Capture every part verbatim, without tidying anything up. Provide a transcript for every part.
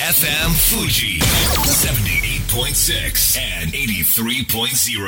エフエム Fuji seventy-eight point six and eighty-three point zero。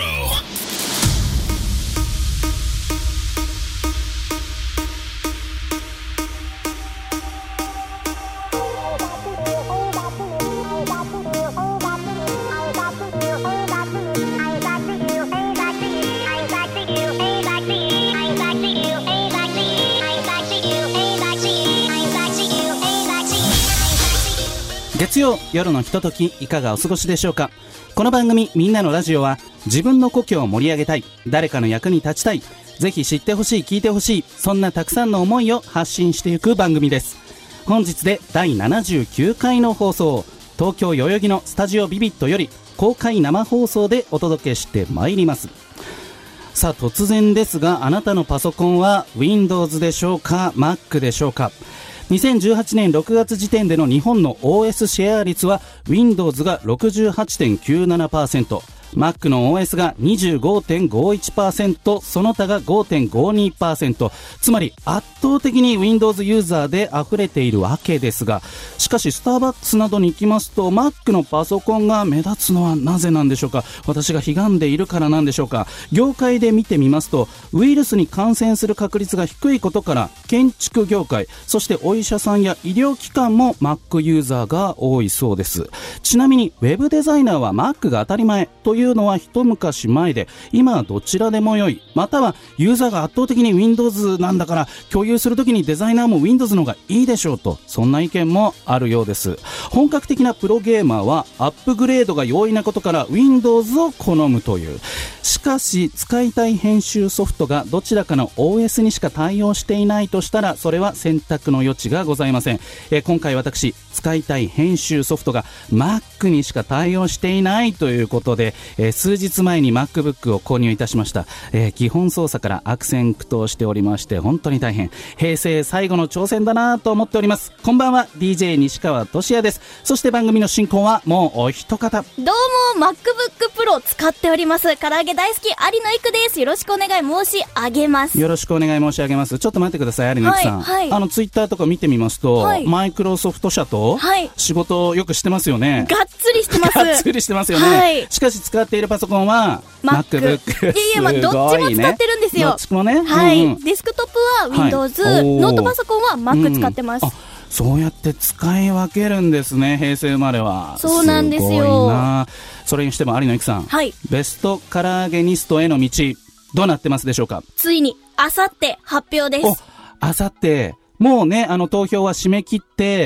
月曜夜のひとときいかがお過ごしでしょうか。この番組みんなのラジオは自分の故郷を盛り上げたい、誰かの役に立ちたい、ぜひ知ってほしい、聞いてほしい、そんなたくさんの思いを発信していく番組です。本日でだいななじゅうきゅうかいの放送、東京代々木のスタジオビビットより公開生放送でお届けしてまいります。さあ突然ですが、あなたのパソコンは Windows でしょうか Mac でしょうか。にせんじゅうはちねんろくがつ時点での日本の オーエス シェア率は Windows が ろくじゅうはちてんきゅうななパーセント、 Mac の オーエス が にじゅうごてんごいちパーセント、 その他が ごてんごにパーセント、 つまり圧倒的に Windows ユーザーで溢れているわけですが、しかしスターバックスなどに行きますと Mac のパソコンが目立つのはなぜなんでしょうか。私が悲願でいるからなんでしょうか。業界で見てみますと、ウイルスに感染する確率が低いことから建築業界、そしてお医者さんや医療機関も Mac ユーザーが多いそうです。ちなみにウェブデザイナーは Mac が当たり前というのは一昔前で、今はどちらでも良い、またはユーザーが圧倒的に Windows なんだから共有するときにデザイナーも Windows の方がいいでしょうと、そんな意見もあるようです。本格的なプロゲーマーはアップグレードが容易なことから Windows を好むという。しかし使いたい編集ソフトがどちらかの オーエス にしか対応していないとしたら、それは選択の余地がございません。えー、今回私使いたい編集ソフトが Mac にしか対応していないということで、えー、数日前に MacBook を購入いたしました。えー、基本操作から悪戦苦闘しておりまして、本当に大変。平成最後の挑戦だなと思っております。こんばんは、 ディージェー 西川俊也です。そして番組の進行はもうお一方。 どうも MacBook Pro 使っております唐揚げ大好き有野育です。よろしくお願い申し上げます。 よろしくお願い申し上げます。ちょっと待ってください有野育さん、はいはい、あのツイッターとか見てみますと、はい、マイクロソフト社と仕事をよくしてますよね。 がっつりしてます。 がっつりしてますよね、はい、しかし使っているパソコンは MacBook。 いやいや、まあ、どっちも使ってるんですよ。 どっちもね、 はい、 うんうん、 デスクトップは Windows、はい、ノートパソコンは Mac 使ってます、うん、 そうやって使い分けるんですね、平成生まれは。 そうなんですよ。 すごいな。それにしても有野育さん、 はい、 ベスト唐揚げニストへの道どうなってますでしょうか。 ついにあさって発表です。 お、あさってもうね、あの投票は締め切って、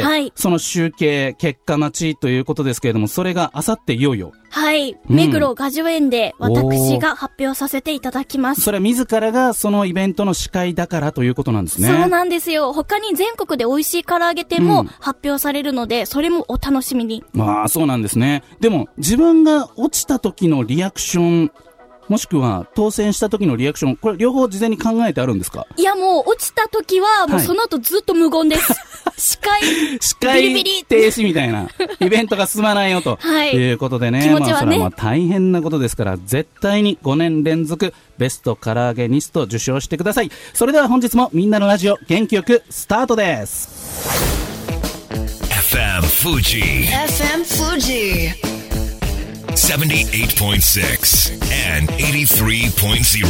はい、その集計結果待ちということですけれども、それがあさっていよいよ、 はい、うん、目黒雅叙園で私が発表させていただきます。 それは自らがそのイベントの司会だからということなんですね。 そうなんですよ。他に全国で美味しい唐揚げ店も発表されるので、うん、それもお楽しみに。 まあそうなんですね。でも自分が落ちた時のリアクション、もしくは当選した時のリアクション、これ両方事前に考えてあるんですか。 いや、もう落ちた時はもうその後ずっと無言です、はい、司会司会ビリビリ停止みたいなイベントが進まないよと、はい、いうことでね、 気持ちはね、 まあ、それはまあ大変なことですから、絶対にごねん連続ベスト唐揚げニスト受賞してください。それでは本日もみんなのラジオ元気よくスタートです。 エフエム Fuji エフエム Fuji seventy-eight point six and eighty-three point zero。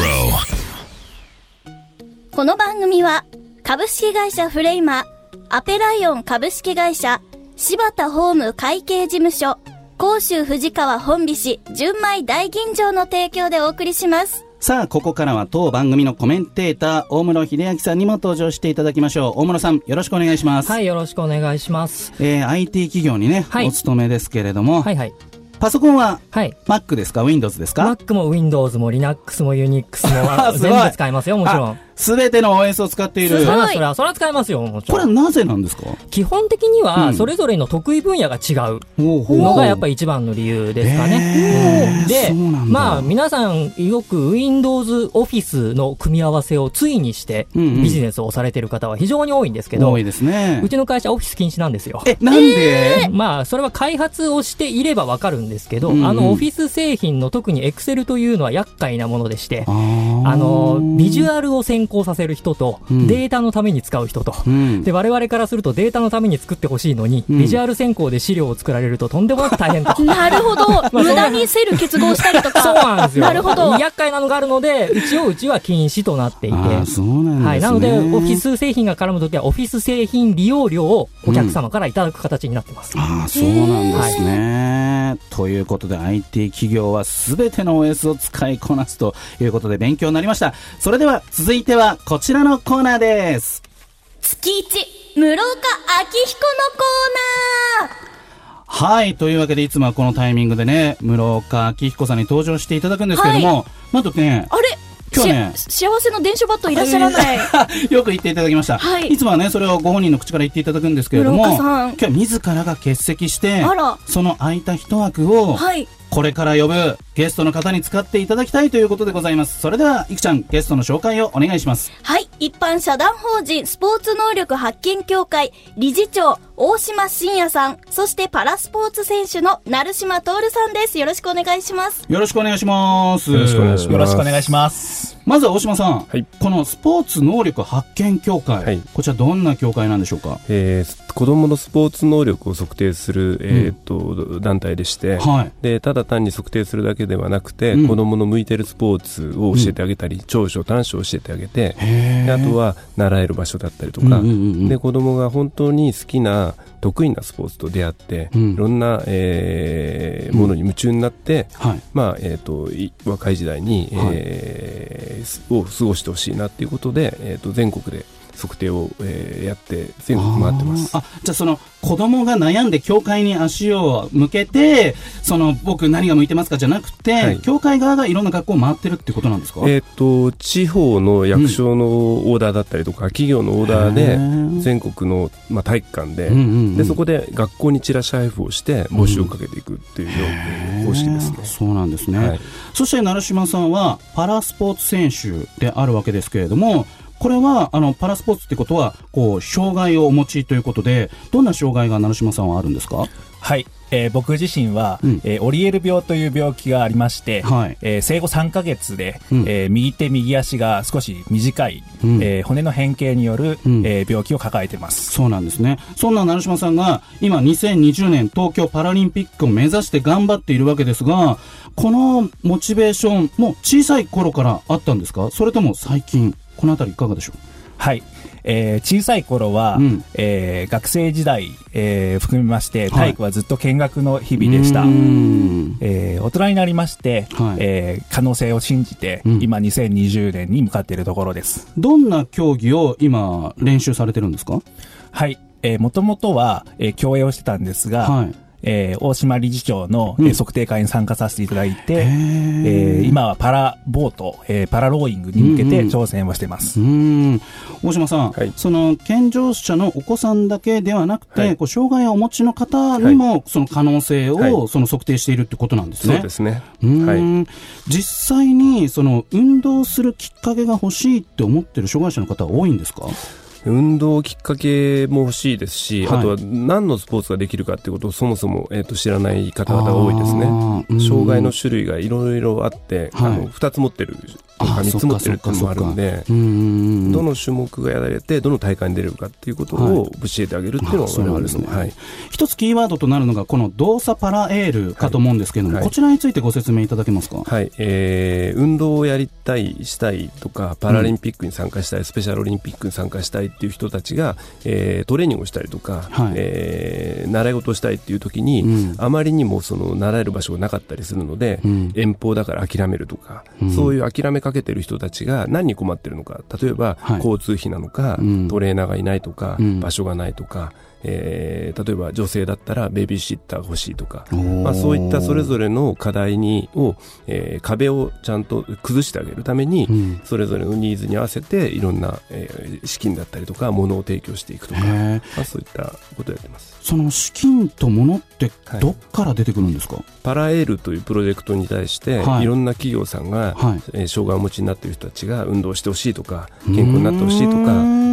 この番組は株式会社フレイマ、アペライオン株式会社、柴田法務会計事務所、甲州藤川本菱純米大吟醸の提供でお送りします。 さあここからは当番組のコメンテーター大室秀明さんにも登場していただきましょう。大室さん、よろしくお願いします。 はい、よろしくお願いします。 えー、アイティー 企業にね、はい、お勤めですけれども、 はいはい、 パソコンは、 はい、 Mac ですか Windows ですか。 Mac も Windows も Linux も Unix も全部使いますよ、もちろん。 すべての オーエス を使っている。 それはそれはそれは使えますよ、もちろん。 これはなぜなんですか。 基本的にはそれぞれの得意分野が違うのがやっぱり一番の理由ですかね。で、まあ皆さんよく Windows Office の組み合わせを対にしてビジネスをされている方は非常に多いんですけど、 多いですね。 うちの会社オフィス禁止なんですよ。 え、なんで？ まあそれは開発をしていればわかるんですけど、うんうん、あのオフィス製品の特に Excel というのは厄介なものでして、あのビジュアルを先行させる人と、 うん、 データのために使う人と、 うん、 で我々からするとデータのために作ってほしいのに、うん、ビジュアル先行で資料を作られるととんでもなく大変となるほど、まあ、無駄にセル結合したりとかそうなんですよ。 なるほど、 厄介なのがあるので一応うちは禁止となっていて、 あ、そうなんですね。 はい、なのでオフィス製品が絡むときはオフィス製品利用料をお客様からいただく形になってます、 うん、あ、そうなんですね、はい、ということで アイティー 企業はすべての オーエス を使いこなすということで勉強になりました。それでは続いてはこちらのコーナーです。 月一室岡明彦のコーナー。 はい、というわけでいつもはこのタイミングでね、室岡明彦さんに登場していただくんですけれども、はい、なんとね、あれ今日ね、 幸せの伝書バットいらっしゃらないよく言っていただきました、はい、いつもはねそれをご本人の口から言っていただくんですけれども、今日は自らが欠席してその空いた一枠を、はい、これから呼ぶゲストの方に使っていただきたいということでございます。それではいくちゃん、ゲストの紹介をお願いします。 はい、一般社団法人スポーツ能力発見協会理事長大島信也さん、そしてパラスポーツ選手の成島徹さんです。よろしくお願いします。 よろしくお願いします。 よろしくお願いします。よろしくお願いします。 まずは大島さん、 はい、 このスポーツ能力発見協会、はい、こちらどんな協会なんでしょうか。 えー、子どものスポーツ能力を測定する、えーっとうん、団体でして、はい、でただ単に測定するだけではなくて、うん、子どもの向いてるスポーツを教えてあげたり、うん、長所短所を教えてあげて、であとは習える場所だったりとか、うんうんうん、で子どもが本当に好きな得意なスポーツと出会って、うん、いろんな、えー、ものに夢中になって、うんはい、まあえー、と若い時代に、えーはい、を過ごしてほしいなということで、えー、と全国で測定を、えー、やって全国回ってます。 あ、じゃあその子供が悩んで協会に足を向けて、その僕何が向いてますかじゃなくて、はい、協会側がいろんな学校を回ってるってことなんですか。 えっと地方の役所のオーダーだったりとか、うん、企業のオーダーで全国の、まあ、体育館で、うんうんうん、でそこで学校にチラシ配布をして募集をかけていくっていう、うん、方式ですね。 そうなんですね、はい、そして成島さんはパラスポーツ選手であるわけですけれども、これはあのパラスポーツってことはこう障害をお持ちということで、どんな障害が成島さんはあるんですか。 はい、えー、僕自身は、うんえー、オリエル病という病気がありまして、はいえー、生後さんかげつで、うんえー、右手右足が少し短い、うんえー、骨の変形による、うんえー、病気を抱えてます。 そうなんですね。そんな成島さんが今にせんにじゅうねん東京パラリンピックを目指して頑張っているわけですが、このモチベーションも小さい頃からあったんですか、それとも最近、このあたりいかがでしょう。 はい、えー、小さい頃は、うんえー、学生時代、えー、含めまして体育はずっと見学の日々でした、はいえー、大人になりまして、はいえー、可能性を信じて、うん、今にせんにじゅうねんに向かっているところです。 どんな競技を今練習されてるんですか。 はい、えー、もともとは、えー、競泳をしてたんですが、はいえー、大島理事長の、うんえー、測定会に参加させていただいて、えー、今はパラボート、えー、パラローイングに向けて挑戦をしています、 うんうん、大島さん、はい、その健常者のお子さんだけではなくて、はい、こう障害をお持ちの方にも、はい、その可能性を、はい、その測定しているってことなんですね。 そうですね、 うんはい、 実際にその運動するきっかけが欲しいって思ってる障害者の方は多いんですか。 運動きっかけも欲しいですし、はい、あとは何のスポーツができるかということをそもそも、えー、と知らない方々が多いですね。障害の種類がいろいろあって、はい、あのふたつ持ってるとかみっつ持ってるっていうのもあるんで、どの種目がやられてどの大会に出れるかっていうことを教えてあげるっていうのが我々ですね。はい、 一つキーワードとなるのがこの動作パラエールかと思うんですけれども、はい、こちらについてご説明いただけますか。 はい、えー、運動をやりたいしたいとかパラリンピックに参加したい、うん、スペシャルオリンピックに参加したいっていう人たちが、えー、トレーニングをしたりとか、はいえー、習い事をしたいっていう時に、うん、あまりにもその習える場所がなかったりするので、うん、遠方だから諦めるとか、うん、そういう諦めかけてる人たちが何に困ってるのか、例えば、はい、交通費なのか、うん、トレーナーがいないとか、うん、場所がないとか、えー、例えば女性だったらベビーシッターが欲しいとか、まあ、そういったそれぞれの課題にを、えー、壁をちゃんと崩してあげるために、うん、それぞれのニーズに合わせていろんな、えー、資金だったりとか物を提供していくとか、まあ、そういったことをやってます。 その資金と物ってどっから出てくるんですか。はい、 パラエールというプロジェクトに対して、はい、いろんな企業さんが、はいえー、障害をお持ちになっている人たちが運動してほしいとか健康になってほしいとか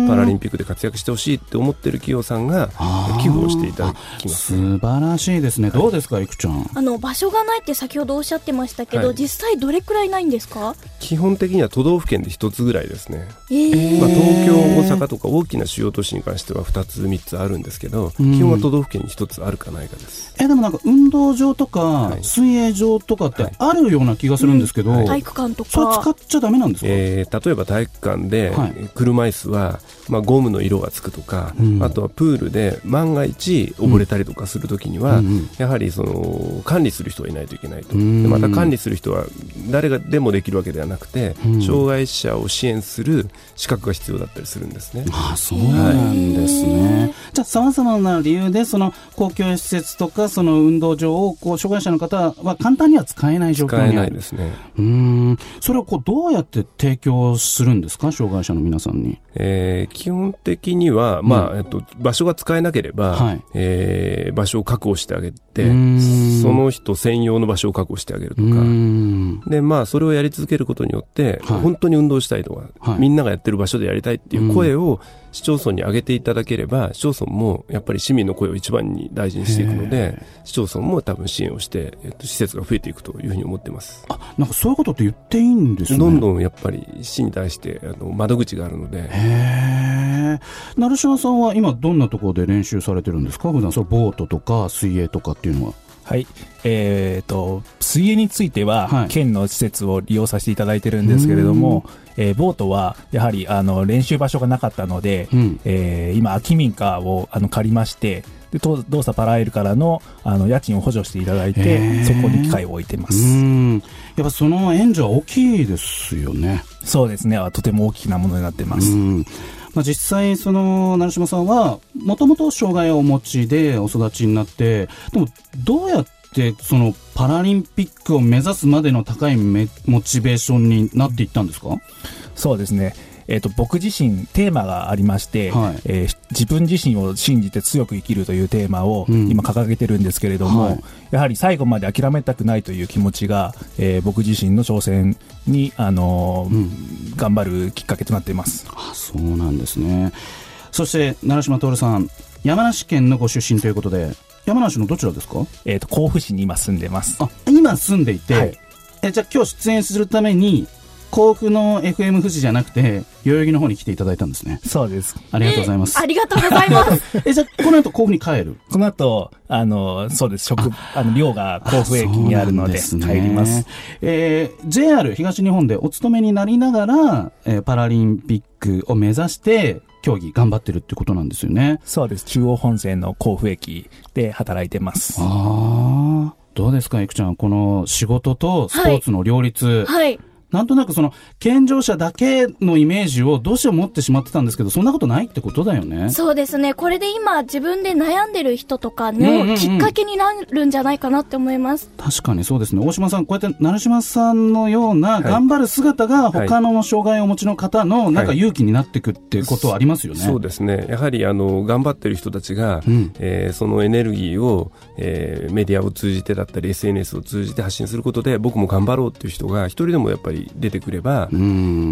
パラリンピックで活躍してほしいって思ってる企業さんが寄付をしていただきます。 素晴らしいですね。どうですか、いくちゃん。 あの場所がないって先ほどおっしゃってましたけど、はい、実際どれくらいないんですか？ 基本的には都道府県で一つぐらいですね。 えーまあ、東京、大阪とか大きな主要都市に関してはふたつみっつあるんですけど、基本は都道府県に一つあるかないかです。 えでもなんか運動場とか、はい、水泳場とかってあるような気がするんですけど、はい、 体育館とかそれ使っちゃダメなんですか？ えー、例えば体育館で車椅子は、まあ、ゴムの色がつくとか、うん、あとはプールで万が一溺れたりとかするときには、うん、やはりその管理する人がいないといけないと、うん、でまた管理する人は誰がでもできるわけではなくて、うん、障害者を支援する資格が必要だったりするんですね。 ああ、そうなんですね、はい、じゃあさまざまな理由でその公共施設とかその運動場をこう障害者の方は簡単には使えない状況にある。 使えないですね。 うーん、それをこうどうやって提供するんですか、障害者の皆さんに。 えー、基本的には、まあ、うん、えっと、場所が使えなければ、はい、えー、場所を確保してあげて、その人専用の場所を確保してあげるとか、で、まあ、それをやり続けることによって、はい、本当に運動したいとか、はい、みんながやってる場所でやりたいっていう声を市町村に上げていただければ、市町村もやっぱり市民の声を一番に大事にしていくので、市町村も多分支援をして、えっと、施設が増えていくというふうに思ってます。 あ、なんかそういうことって言っていいんですね。 どんどんやっぱり市に対してあの窓口があるので。 へー。成島さんは今どんなところで練習されてるんですか？普段そのボートとか水泳とかっていうのは。 はい、えーと、水泳については、はい、県の施設を利用させていただいてるんですけれども、えー、ボートはやはりあの練習場所がなかったので、うん、えー、今空き民家をあの借りまして、で動作パラエルからの、あの家賃を補助していただいて、そこに機械を置いてます。 うん、やっぱその援助は大きいですよね。 そうですね、とても大きなものになってます。 うん、まあ、実際その成島さんはもともと障害をお持ちでお育ちになって、でもどうやってそのパラリンピックを目指すまでの高いモチベーションになっていったんですか？ そうですね、えーと、僕自身テーマがありまして、はい、えー、自分自身を信じて強く生きるというテーマを今掲げてるんですけれども、うん、はい、やはり最後まで諦めたくないという気持ちが、えー、僕自身の挑戦に、あのーうん、頑張るきっかけとなっています。 あ、そうなんですね。そして成島徹さん、山梨県のご出身ということで、山梨のどちらですか？ えーと、甲府市に今住んでます。 あ、今住んでいて、はい、えじゃあ今日出演するために甲府の エフエム 富士じゃなくて代々木の方に来ていただいたんですね。 そうです。 ありがとうございます。 ありがとうございますえじゃあこの後甲府に帰る？ この後あのそうです、職あの寮が甲府駅にあるので帰ります。 えー、ジェイアール 東日本でお勤めになりながら、えー、パラリンピックを目指して競技頑張ってるってことなんですよね。 そうです。中央本線の甲府駅で働いてます。 ああ、どうですか、いくちゃん、この仕事とスポーツの両立。 はい、はい、 なんとなくその健常者だけのイメージをどうしても持ってしまってたんですけど、そんなことないってことだよね。 そうですね。これで今自分で悩んでる人とかのきっかけになるんじゃないかなって思います。 うんうんうん、確かにそうですね。大島さん、こうやって成島さんのような頑張る姿が他の障害をお持ちの方のなんか勇気になっていくってことはありますよね。 はいはい、そうですね。やはりあの頑張ってる人たちが、うん、えー、そのエネルギーを、えー、メディアを通じてだったり エスエヌエス を通じて発信することで、僕も頑張ろうっていう人が一人でもやっぱり出てくれば、うん、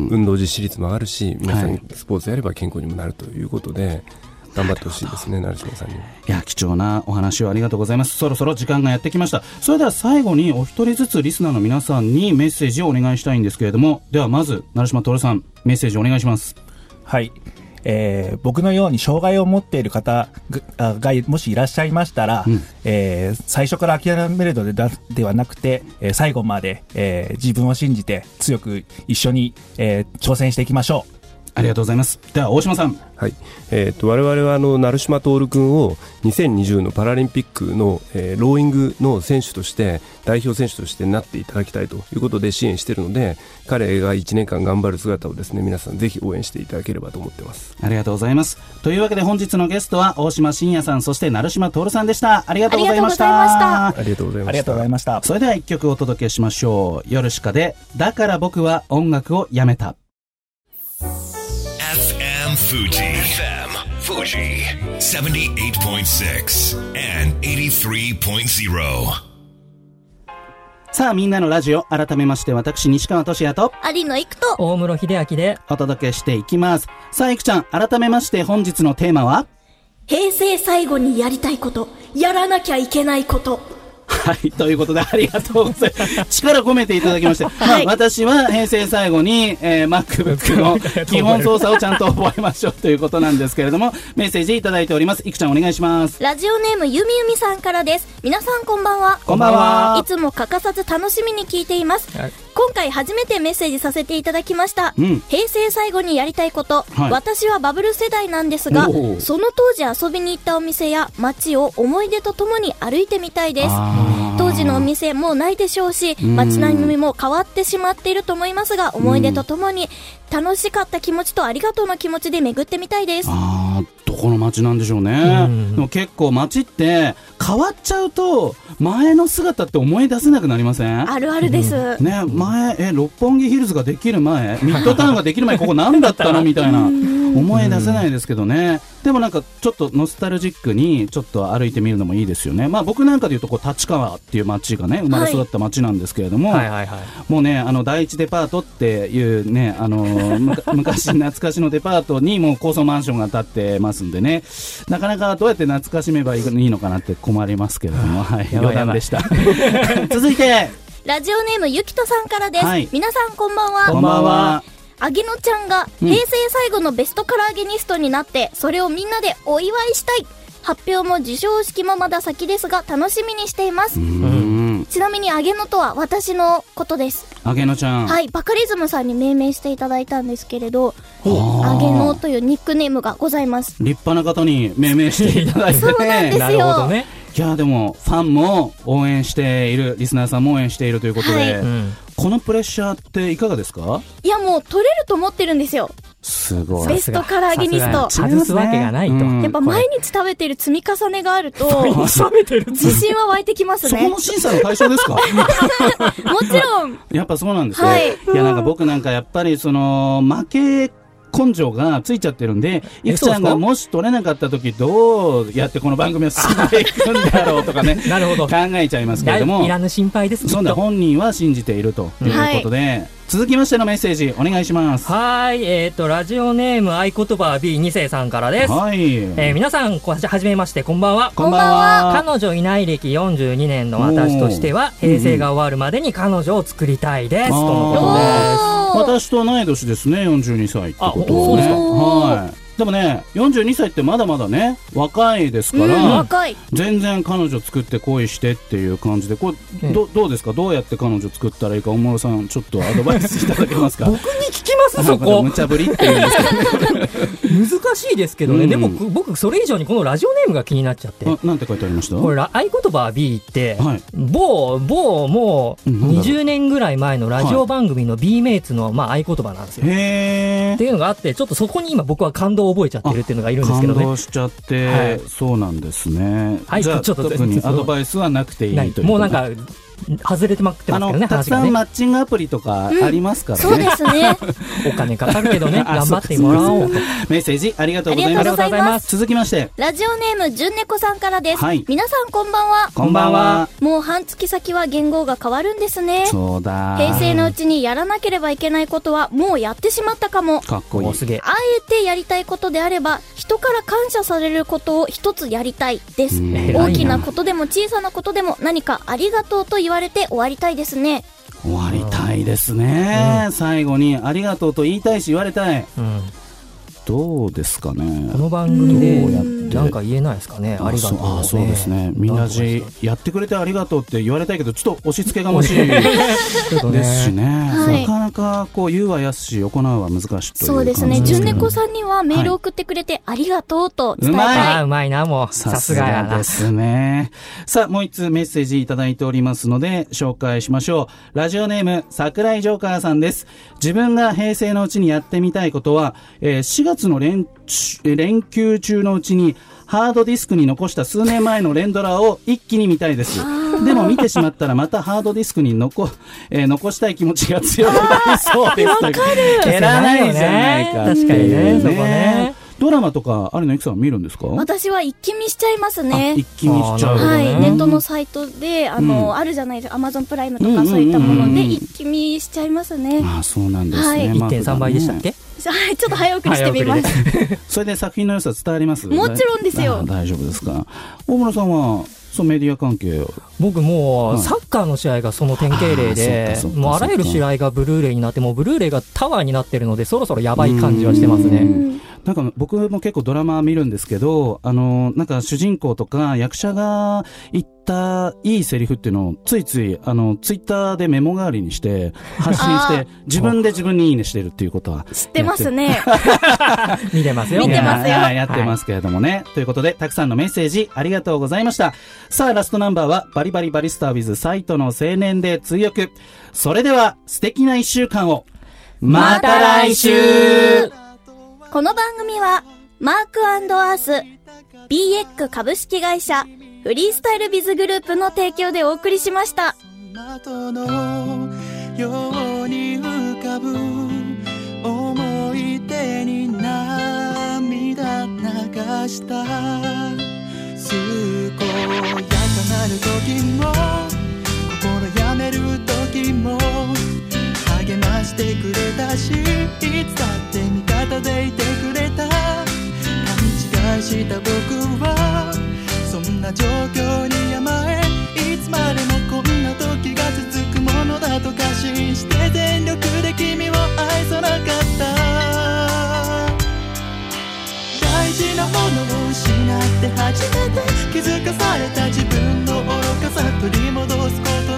運動実施率も上がるし、皆さんスポーツやれば健康にもなるということで、はい、頑張ってほしいですね、成島さんに。いや、貴重なお話をありがとうございます。そろそろ時間がやってきました。それでは最後にお一人ずつリスナーの皆さんにメッセージをお願いしたいんですけれども、ではまず成島徹さん、メッセージお願いします。 はい、えー、僕のように障害を持っている方が, がもしいらっしゃいましたら、うん、えー、最初から諦めるの で, ではなくて、えー、最後まで、えー、自分を信じて強く一緒に、えー、挑戦していきましょう。 ありがとうございます。では大島さん。 はい、えー、と我々はあの成島徹君をにせんにじゅうのパラリンピックの、えー、ローイングの選手として代表選手としてなっていただきたいということで支援しているので、彼がいちねんかん頑張る姿をですね、皆さんぜひ応援していただければと思ってます。 ありがとうございます。というわけで本日のゲストは大島信也さん、そして成島徹さんでした。ありがとうございました。 ありがとうございました。 ありがとうございました。 それではいっきょくお届けしましょう。ヨルシカでだから僕は音楽をやめた。 エフエム Fuji エフエム Fuji セブンティーエイトポイントシックス and エイティースリーポイントゼロ。 さあみんなのラジオ、改めまして私西川俊也と有野育と大室秀明でお届けしていきます。さあいくちゃん、改めまして本日のテーマは、 平成最後にやりたいこと、やらなきゃいけないこと。 はい、ということでありがとうございます。力込めていただきまして、 はい、 まあ、私は平成最後に、えー、MacBook の基本操作をちゃんと覚えましょうということなんですけれども、メッセージいただいております。いくちゃんお願いします。 ラジオネームゆみゆみさんからです。皆さんこんばんは。 こんばんは。 いつも欠かさず楽しみに聞いています。 はい、 今回初めてメッセージさせていただきました、 うん、 平成最後にやりたいこと、はい、私はバブル世代なんですが、その当時遊びに行ったお店や街を思い出とともに歩いてみたいです。当時のお店もうないでしょうし、街並みも変わってしまっていると思いますが、思い出とともに楽しかった気持ちとありがとうの気持ちで巡ってみたいです。 あー、どこの街なんでしょうね。でも結構街って変わっちゃうと前の姿って思い出せなくなりません？ あるあるです、うん、 ね、前え六本木ヒルズができる前、ミッドタウンができる前ここ何だったのみたいな思い出せないですけどね。でもなんかちょっとノスタルジックにちょっと歩いてみるのもいいですよね。まあ僕なんかでいうとこう立川っていう街がね、生まれ育った街なんですけれども、 はいはいはいはい、 もうね、あの第一デパートっていうね、あの昔懐かしのデパートにもう高層マンションが建ってますんでね、なかなかどうやって懐かしめばいいのかなって困りますけれども、はい、余談でした。続いてラジオネームゆきとさんからです、はい、皆さんこんばんは。 こんばんは。 あげのちゃんが平成最後のベストカラーゲニストになって、それをみんなでお祝いしたい。発表も授賞式もまだ先ですが楽しみにしています。うん、ちなみにあげのとは私のことです。 あげのちゃん、 はい、バカリズムさんに命名していただいたんですけれど、あげのというニックネームがございます。 立派な方に命名していただいて、ね、 そうなんですよ。なるほどね。 いやでもファンも応援している、リスナーさんも応援しているということで、はい、うん、このプレッシャーっていかがですか？ いやもう取れると思ってるんですよ。 すごい。 ベストカラーゲニスト外すわけがないと、うん、 やっぱ毎日食べてる積み重ねがあると食べてる自信は湧いてきますね。 そこの審査の対象ですか？ もちろんやっぱそうなんですね、 はい、 いやなんか僕なんかやっぱりその負け根性がついちゃってるんで、いくちゃんがもし取れなかった時どうやってこの番組を進めていくんだろうとかねなるほど考えちゃいますけれども、 いらぬ心配です。 そんな本人は信じているということで、はい、続きましてのメッセージお願いします。 はい、えーとラジオネーム合言葉 ビーに 世さんからです。はい、えー、皆さんはじめましてこんばんは。 こんばんは。 彼女いない歴よんじゅうにねんの私としては平成が終わるまでに彼女を作りたいです、とのことです。 私と同い年ですね。よんじゅうにさいってことですね。そうですか。はい。でもね、よんじゅうにさいってまだまだね若いですから、うん、 若い。 全然彼女作って恋してっていう感じで、これ、うん、ど, どうですか？どうやって彼女作ったらいいか、大室さんちょっとアドバイスいただけますか？ 僕に聞きますそこ。 無茶ぶりっていうんですか難しいですけどね、うん、でも僕それ以上にこのラジオネームが気になっちゃって。 なんて書いてありました？ これ合言葉 B って、はい、某某もうにじゅうねんぐらい前のラジオ番組の B メイツの、まあ、合言葉なんですよ。へーっていうのがあって、ちょっとそこに今僕は感動を覚えちゃってるっていうのがいるんですけどね。 感動しちゃって、はい、そうなんですね、はい、じゃあちょっと特にアドバイスはなくていいということで、 もうなんか外れてまくってますけどね、 たくさんマッチングアプリとかありますからね、 うん、そうですねお金かかるけどね頑張ってもらおう。 メッセージありがとうございます。 ありがとうございます。 続きましてラジオネームじゅんねこさんからです、はい、皆さんこんばんは。 こんばんは。 もう半月先は元号が変わるんですね。 そうだ。 平成のうちにやらなければいけないことはもうやってしまったかも。 かっこいい。 すげえ。 あえてやりたいことであれば人から感謝されることを一つやりたいです。大きなことでも小さなことでも何かありがとうと言われて終わりたいですね。 終わりたいですね、うん、最後にありがとうと言いたいし言われたい、うん、どうですかね。 この番組でなんか言えないですかね。ありがとう、ね、 あ、そうですね。みんなじやってくれてありがとうって言われたいけど、ちょっと押し付けがましいですしね、はい、なかなかこう言うはやすし行うは難しいという感じですけど。 そうですね。純猫さんにはメールを送ってくれてありがとうと伝えたい、 はい、うまいな。もうさすがですね。さあもう一通メッセージいただいておりますので紹介しましょう。ラジオネーム桜井ジョーカーさんです。自分が平成のうちにやってみたいことは、えー、しがつの 連, 連休中のうちにハードディスクに残した数年前の連ドラを一気に見たいです。でも見てしまったらまたハードディスクに 残,、えー、残したい気持ちが強くなりそうです。 わかる。 減らないじゃないかっていうね。 確かにね。そこね。 ドラマとか有野由紀さんは見るんですか？ 私は一気見しちゃいますね。 一気見しちゃう、 はい、ネットのサイトであの、うん、あるじゃないですか、アマゾンプライムとかそういったもので一気見しちゃいますね。 あ、そうなんですね、はい、 いってんさん 倍でしたっけ？ はい、ちょっと早送りしてみますそれで作品の良さ伝わります？ もちろんですよ。 大丈夫ですか？大村さんはそうメディア関係、 僕もう、はい、サッカーの試合がその典型例で、もうあらゆる試合がブルーレイになって、もうブルーレイがタワーになってるので、そろそろやばい感じはしてますね。 なんか僕も結構ドラマ見るんですけど、あのなんか主人公とか役者が言ったいいセリフっていうのをついついあのツイッターでメモ代わりにして発信して自分で自分にいいねしてるっていうことは知ってますね。 見てますよ。 見てますよ。 やってますけれどもね、はい、ということでたくさんのメッセージありがとうございました。さあラストナンバーはバリバリバリスタ with サイトの青年で追憶。それでは素敵な一週間を。また来週。 この番組はマーク&アース ビーエック 株式会社フリースタイルビズグループの提供でお送りしました。 窓のように浮かぶ思い出に涙流した健やかなる時も心やめる時も励ましてくれたし、いつだって味方でいてくれた。勘違いした僕はそんな状況に甘え、いつまでもこんな時が続くものだと過信して全力で君を愛さなかった。大事なものを失って初めて気づかされた自分の愚かさ、取り戻すこと